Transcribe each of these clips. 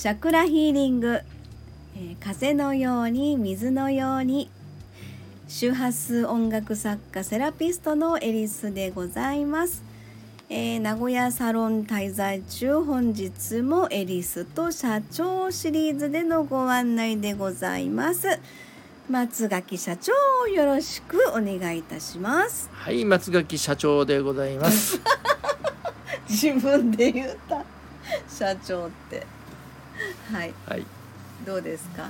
チャクラヒーリング、風のように水のように、周波数音楽作家セラピストのエリスでございます。名古屋サロン滞在中、本日もエリスと社長シリーズでのご案内でございます。松垣社長、よろしくお願いいたします。 はい、松垣社長でございます自分で言った社長ってはい、 はい、 どうですか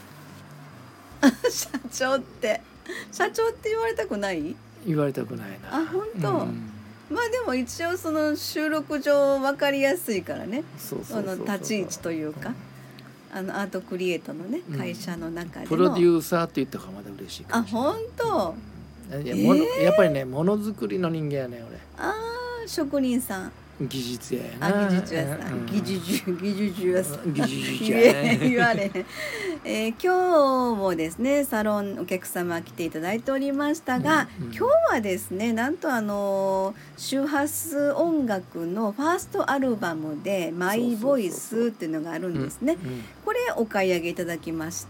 社長って言われたくない？ 言われたくないな。 あ、本当、まあでも一応その収録上分かりやすいからね、その立ち位置というか、アートクリエイトのね、会社の中でのプロデューサーって言った方がまだ嬉しいかもしれない。 あ、本当。 やっぱりね、ものづくりの人間やね、俺。 職人さん、 技術屋やな。 技術屋さん、技術屋さん言われへん。今日もですね、サロンお客様来ていただいておりましたが、今日はですね、なんと周波数音楽のファーストアルバムでマイボイスっていうのがあるんですね。これお買い上げいただきまして、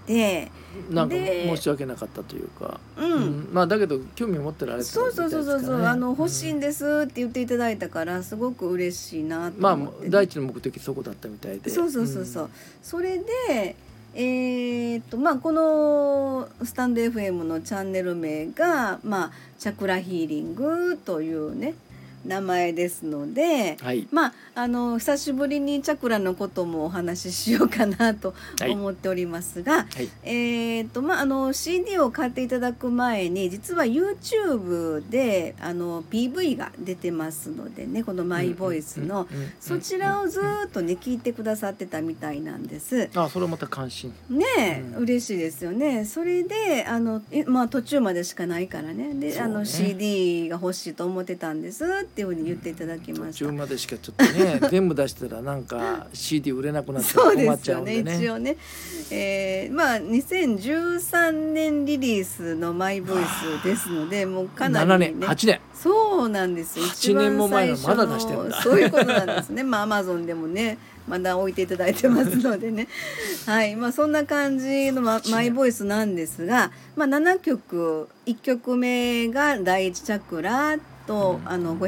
なんか申し訳なかったというか、まあだけど興味持ってられたみたいですからね。 欲しいんですって言っていただいたからすごく嬉しいなと思って、 まあ第一の目的そこだったみたいで、 そう、それでまあこのスタンド FM のチャンネル名が、チャクラヒーリングというね名前ですので、まあ久しぶりにチャクラのこともお話ししようかなと思っておりますが、CD を買っていただく前に実は YouTube でPV が出てますのでね、このマイボイスのそちらをずっとね聞いてくださってたみたいなんです。 それまた関心ね、嬉しいですよね。それで途中までしかないからね、でCD が欲しいと思ってたんですっていうふうに言っていただきました。 途中までしかちょっとね全部出したらなんか CD 売れなくなって困っちゃうんでね。 そうですよね、一応ね、2013年リリースのマイボイスですので、もうかなり、ね、 7年8年そうなんですよ。 8年も前のまだ出してるんだ。 そういうことなんですね。Amazon でもねまだ置いていただいてますのでねはい、そんな感じの、マイボイスなんですが、7曲、1曲目が第一チャクラと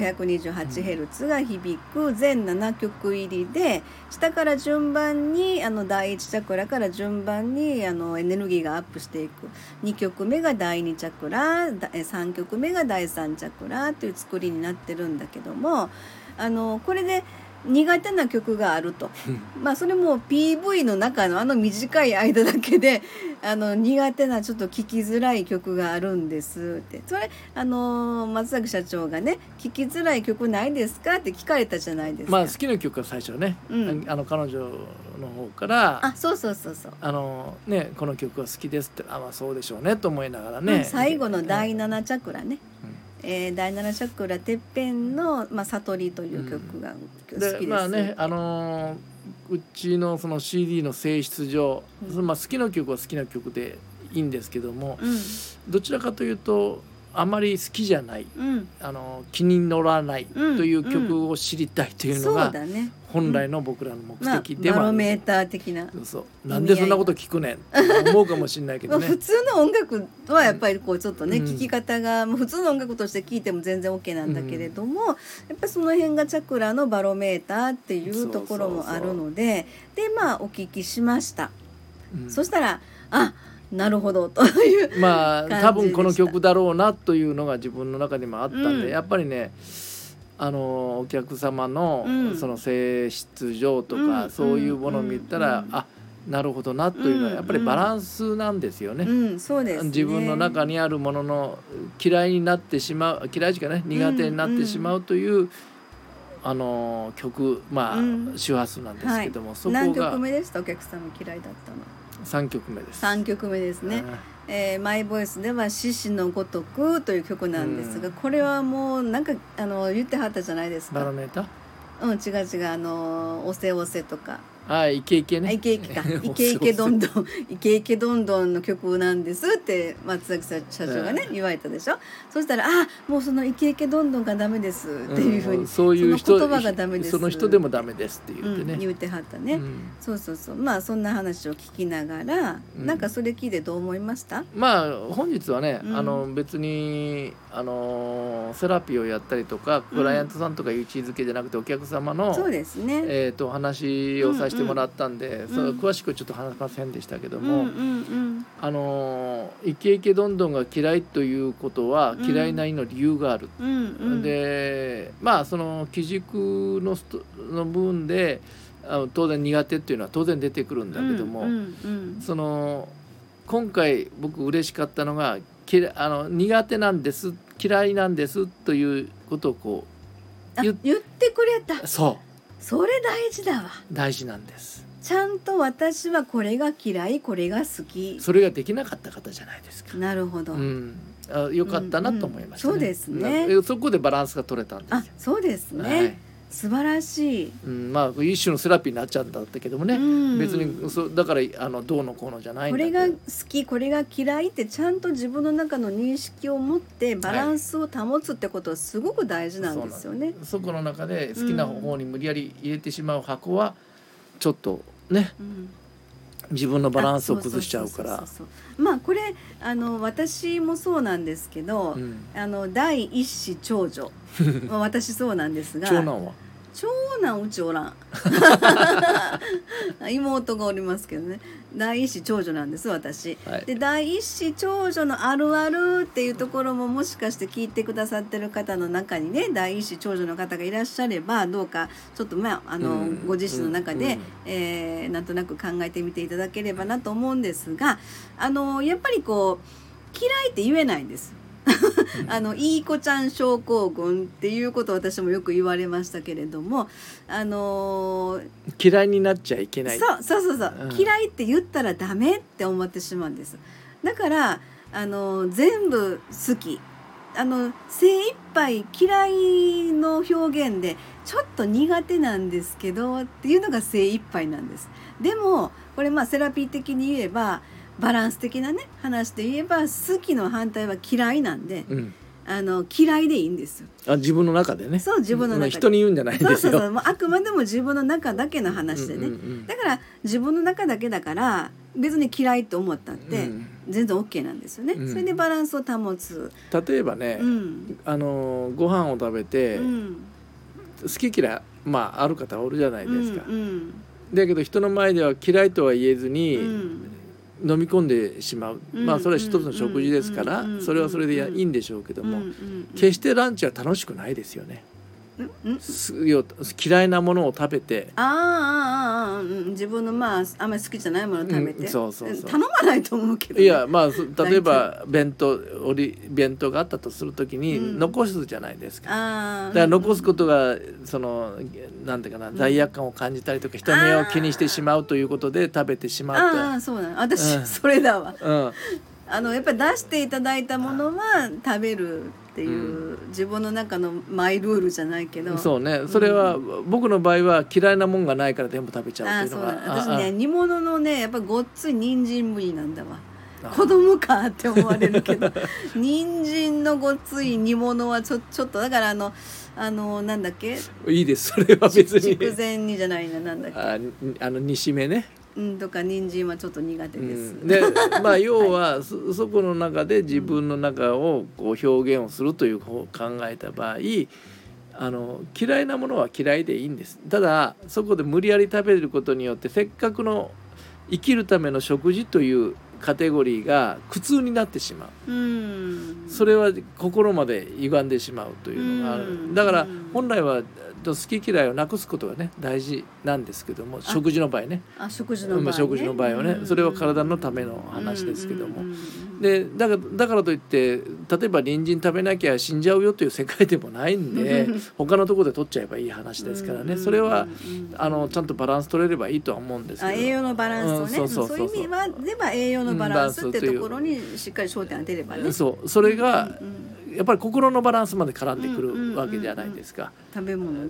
528Hz が響く全7曲入りで、下から順番に第1チャクラから順番にエネルギーがアップしていく。2曲目が第2チャクラ、3曲目が第3チャクラという作りになってるんだけども、これで苦手な曲があるとそれも PV の中の短い間だけで苦手なちょっと聴きづらい曲があるんですって。それ松崎社長がね、聴きづらい曲ないですかって聞かれたじゃないですか。 好きな曲は最初ね、彼女の方からそうね、この曲は好きですって、そうでしょうねと思いながらね、 最後の第7チャクラね、第7チャクラてっぺんの、悟りという曲が好きです。 うちのその CD の性質上、好きな曲は好きな曲でいいんですけども、どちらかというとあまり好きじゃない、気に乗らないという曲を知りたいというのが本来の僕らの目的ではある。 バロメーター的な。 なんでそんなこと聞くねんって思うかもしれないけどね普通の音楽はやっぱりこうちょっとね、聴き方が普通の音楽として聴いても全然 OK なんだけれども、やっぱりその辺がチャクラのバロメーターっていうところもあるので、お聞きしました。そしたらなるほどという感じでした。 多分この曲だろうなというのが自分の中にもあったんで、やっぱりねお客様のその性質上とか、そういうものを見たら、なるほどなというのはやっぱりバランスなんですよね。 そうですね。 自分の中にあるものの嫌いになってしまう、嫌いしかね苦手になってしまうという曲、周波数なんですけども、そこが何曲目でした？お客様嫌いだったの 3曲目です。 3曲目ですね。マイボイスでは獅子のごとくという曲なんですが、これはもうなんか言ってはったじゃないですか。 バロメーター？ 違うおせおせとかイケイケね。 イケイケかイケイケどんどんイケイケどんどんの曲なんですって松崎社長がね言われたでしょ。そしたらもうそのイケイケどんどんがダメですっていうふうに、 そういう人、 その言葉がダメです、 その人でもダメですって言ってね、 言ってはったね、そうそうそう。まあそんな話を聞きながら、なんかそれ聞いてどう思いました？ まあ本日はね、別にセラピーをやったりとかクライアントさんとかいう位置づけじゃなくてお客様の、 そうですね、 お話をさせてもらったんで、詳しくちょっと話しませんでしたけども、イケイケどんどんが嫌いということは嫌いなりの理由がある、でまあその基軸の部分で当然苦手っていうのは当然出てくるんだけども、その今回僕嬉しかったのが苦手なんです嫌いなんですということをこう言ってくれた。 それ大事だわ。 大事なんです。 ちゃんと私はこれが嫌いこれが好き、 それができなかった方じゃないですか。 なるほど、 よかったなと思いましたね、 そうですね。 そこでバランスが取れたんですよ。 そうですね、素晴らしい、 まあ一種のセラピーになっちゃうんだったけどもね、別にだからどうのこうのじゃないんだけど、 これが好きこれが嫌いってちゃんと自分の中の認識を持ってバランスを保つってことはすごく大事なんですよね。 そこの中で好きな方に無理やり入れてしまう箱はちょっとね、自分のバランスを崩しちゃうから。 まあこれ私もそうなんですけど、第一子長女私そうなんですが、 長男は長男うちおらん妹がおりますけどね、第一子長女なんです私、で第一子長女のあるあるっていうところももしかして聞いてくださってる方の中にね第一子長女の方がいらっしゃればどうかちょっとご自身の中で、なんとなく考えてみていただければなと思うんですが、やっぱりこう嫌いって言えないんです。いい子ちゃん症候群っていうことを私もよく言われましたけれども、 嫌いになっちゃいけない。 そう、嫌いって言ったらダメって思ってしまうんです。だから全部好き、精一杯嫌いの表現でちょっと苦手なんですけどっていうのが精一杯なんです。でもこれセラピー的に言えばバランス的なね話で言えば好きの反対は嫌いなんで、嫌いでいいんですよ。 自分の中でね。 そう自分の中で、 人に言うんじゃないんですよ。 もうあくまでも自分の中だけの話でね、だから自分の中だけだから別に嫌いと思ったって全然 OK なんですよね、それでバランスを保つ。 例えばね、ご飯を食べて、好き嫌いある方おるじゃないですか、だけど人の前では嫌いとは言えずに、飲み込んでしまう、それは一つの食事ですから、それはそれでいいんでしょうけども、決してランチは楽しくないですよね。嫌いなものを食べて自分のあんまり好きじゃないものを食べて、 頼まないと思うけど、ね、 いや例えば弁当があったとするときに残すじゃないですか、だから残すことがなんていうかな、罪悪感を感じたりとか人目を気にしてしまうということで食べてしまうと。 そうなの、私、それだわ、やっぱり出していただいたものは食べるっていう、自分の中のマイルールじゃないけど、 そうね、それは、僕の場合は嫌いなもんがないから全部食べちゃうっていうのが。 私ね、煮物のねやっぱごっつい人参無理なんだわ。子供かって思われるけど人参のごっつい煮物はちょっとだからなんだっけ、 いいです、それは別に筑前煮じゃないな、なんだっけ、 煮しめね、 とか人参はちょっと苦手です、 で要はそこの中で自分の中をこう表現をするという考えた場合、嫌いなものは嫌いでいいんです。ただそこで無理やり食べることによってせっかくの生きるための食事というカテゴリーが苦痛になってしまう、それは心まで歪んでしまうというのがある。だから本来は好き嫌いをなくすことがね大事なんですけども、食事の場合ね、 食事の場合はね、それは体のための話ですけども、でだからといって例えば人参食べなきゃ死んじゃうよという世界でもないんで他のところで取っちゃえばいい話ですからね、それはちゃんとバランス取れればいいとは思うんですけど、 栄養のバランスをね、そういう意味では栄養のバランスってところにしっかり焦点当てればね、 それがやっぱり心のバランスまで絡んでくるわけじゃないですか、 食べ物で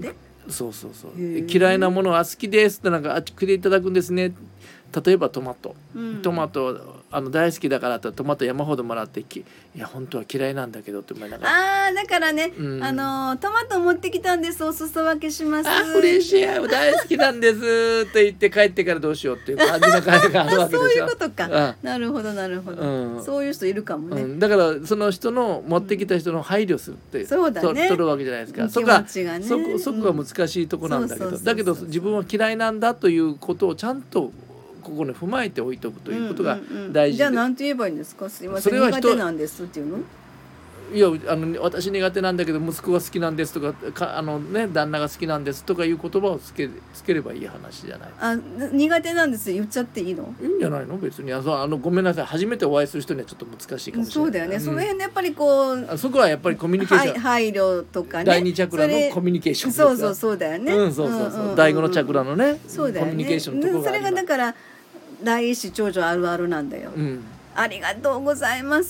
そうそうそう。嫌いなものは好きですってなんかくれいただくんですね。例えばトマト大好きだからってトマト山ほどもらっていや本当は嫌いなんだけどって思いながら、 だからね、トマト持ってきたんです、お裾分けします、 嬉しい、大好きなんですって言って帰ってからどうしようっていう感じの会があるわけでしょ。 そういうことか、なるほどなるほど、そういう人いるかもね、 だからその人の持ってきた人の配慮するって、 そうだね、 取るわけじゃないですか。そこが難しいとこなんだけど、だけど自分は嫌いなんだということをちゃんとここに踏まえて置いておくということが大事で、 じゃあ何て言えばいいんですか。すいません、苦手なんですっていうの。 いや私苦手なんだけど息子が好きなんですとか旦那が好きなんですとかいう言葉をつければいい話じゃない。 苦手なんです言っちゃっていいの？ いいんじゃないの別に。ごめんなさい、初めてお会いする人にはちょっと難しいかもしれない。 そうだよね、その辺でやっぱりこうそこはやっぱりコミュニケーション、 配慮とかね、 第二チャクラのコミュニケーションですか。 そうだよね、 第五のチャクラのね、 そうだよね、 コミュニケーションのところがそれがだから第一子長女あるあるなんだよ、ありがとうございます。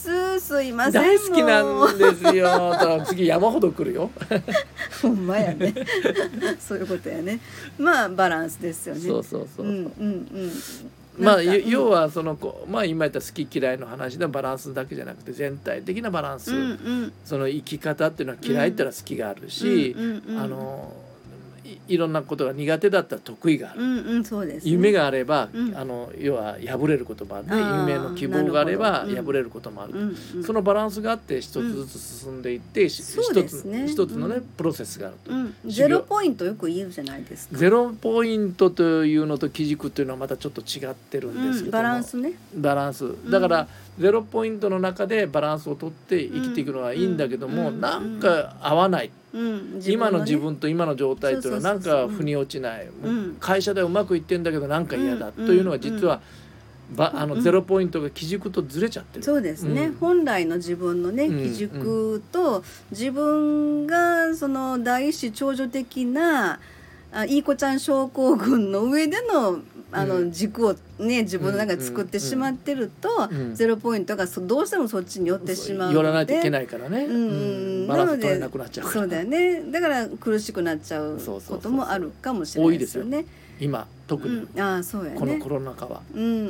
すいません。 大好きなんですよ。だから次山ほど来るよ。 ほんまやね。そういうことやね。まあバランスですよね。 そう。まあ要は今言った好き嫌いの話でバランスだけじゃなくて全体的なバランス、その生き方っていうのは嫌いっていうのは好きがあるし、いろんなことが苦手だったら得意がある、 そうですね、 夢があれば、要は破れることもあるね。夢の希望があれば破れることもある、そのバランスがあって一つずつ進んでいって、一つのね、プロセスがあると、 ゼロポイントよく言うじゃないですか。 ゼロポイントというのと基軸というのはまたちょっと違ってるんですけども、 バランスね、 バランスだから、ゼロポイントの中でバランスをとって生きていくのはいいんだけども、なんか合わない、今の自分と今の状態というのはなんか腑に落ちない、会社ではうまくいってんだけどなんか嫌だというのは実はゼロポイントが基軸とずれちゃってる。 そうですね、本来の自分のね基軸と、自分がその第一子長女的ないい子ちゃん症候群の上での軸をね自分の中で作ってしまってると、ゼロポイントがどうしてもそっちに寄ってしまうので、 寄らないといけないからね、バランス取れなくなっちゃうから。 そうだよね、だから苦しくなっちゃうこともあるかもしれないですよね。 今特にそうやね、 このコロナ禍は。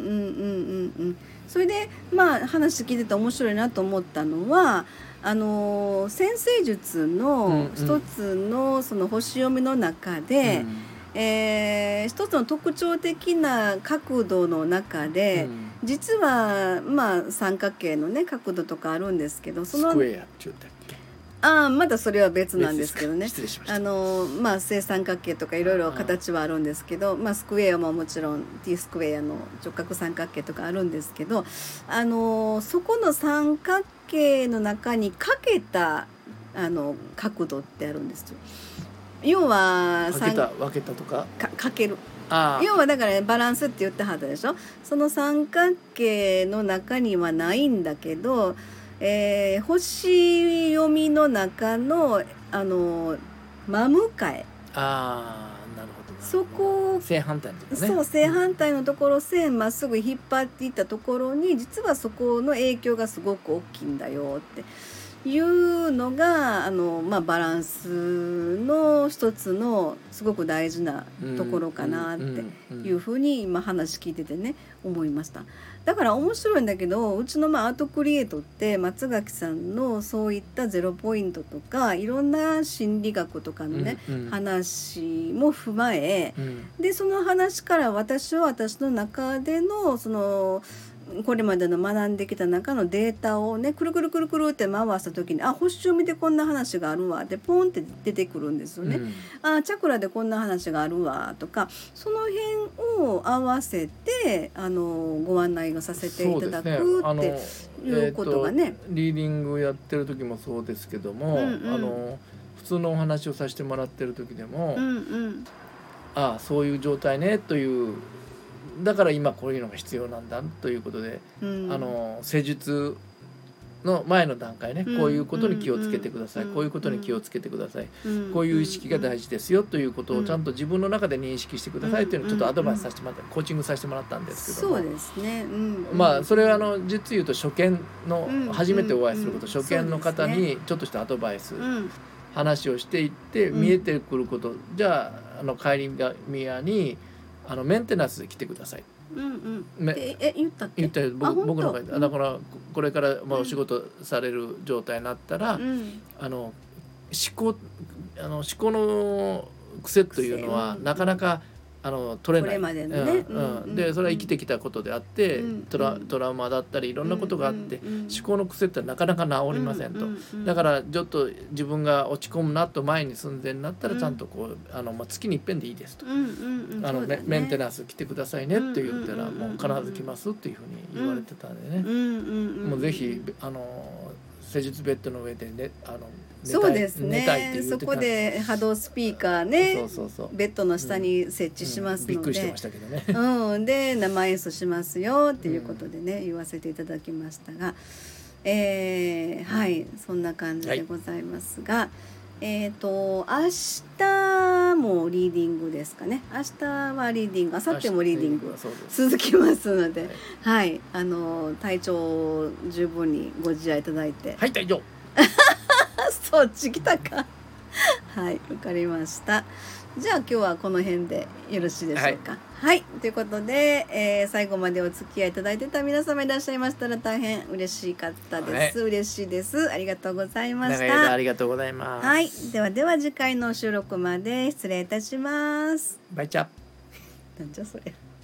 それで話聞いてて面白いなと思ったのは、占星術の一つのその星読みの中で、一つの特徴的な角度の中で、実は三角形のね角度とかあるんですけど、そのスクエアって言ったっけ。 まだそれは別なんですけどね。 失礼しました。 正三角形とかいろいろ形はあるんですけど、スクエアももちろん T スクエアの直角三角形とかあるんですけど、そこの三角形の中にかけた角度ってあるんですよ。要は分けたとかかける。要はだから、バランスって言ってはったでしょ。その三角形の中にはないんだけど、星読みの中の真向かい、 なるほど、 そこ正反対のところね。 そう、正反対のところ、線まっすぐ引っ張っていったところに実はそこの影響がすごく大きいんだよっていうのがバランスの一つのすごく大事なところかなっていうふうに今話聞いててね思いました。だから面白いんだけど、うちのアートクリエイトって松垣さんのそういったゼロポイントとかいろんな心理学とかのね、話も踏まえ、でその話から私は私の中でのそのこれまでの学んできた中のデータをねくるくるくるくるって回した時に、星読みでこんな話があるわってポンって出てくるんですよね。チャクラでこんな話があるわとか、その辺を合わせてご案内をさせていただくっていうことがね、 リーディングやってる時もそうですけども、普通のお話をさせてもらってる時でも、そういう状態ねという、だから今こういうのが必要なんだということで、施術の前の段階ね、こういうことに気をつけてください、こういうことに気をつけてください、こういう意識が大事ですよということをちゃんと自分の中で認識してくださいというのをちょっとアドバイスさせてもらった、コーチングさせてもらったんですけども、 そうですね、 それは実言うと初見の初めてお会いすること、初見の方にちょっとしたアドバイス話をしていって見えてくること、じゃあ帰り際にメンテナンスで来てください。 言ったっけ？ 言ったよ。僕の会で、だからこれからお仕事される状態になったら、思考の癖というのはなかなか取れない。 これまでのね。 でそれは生きてきたことであって、トラウマだったりいろんなことがあって、思考の癖ってなかなか治りませんと。だからちょっと自分が落ち込むなと前に寸前になったらちゃんとこう月に一遍でいいですと、メンテナンス来てくださいねって言ったらもう必ず来ますっていうふうに言われてたんでね、もうぜひ施術ベッドの上でねそうですね、 寝たいって言ってた。 そこで波動スピーカーね、 そうベッドの下に設置しますので、 びっくりしてましたけどね、 で生演奏しますよっていうことでね、言わせていただきましたが、はいそんな感じでございますが、明日もリーディングですかね。明日はリーディング、明後日もリーディング続きますので、はい、体調十分にご自愛いただいて。 はい、大丈夫。 そっち来たか。はい、わかりました。じゃあ今日はこの辺でよろしいでしょうか。はい、ということで、最後までお付き合いいただいてた皆様いらっしゃいましたら大変嬉しかったです。嬉しいです。ありがとうございました。 ありがとうございます。 はい、では次回の収録まで失礼いたします。 バイチャ。 なんじゃそれ。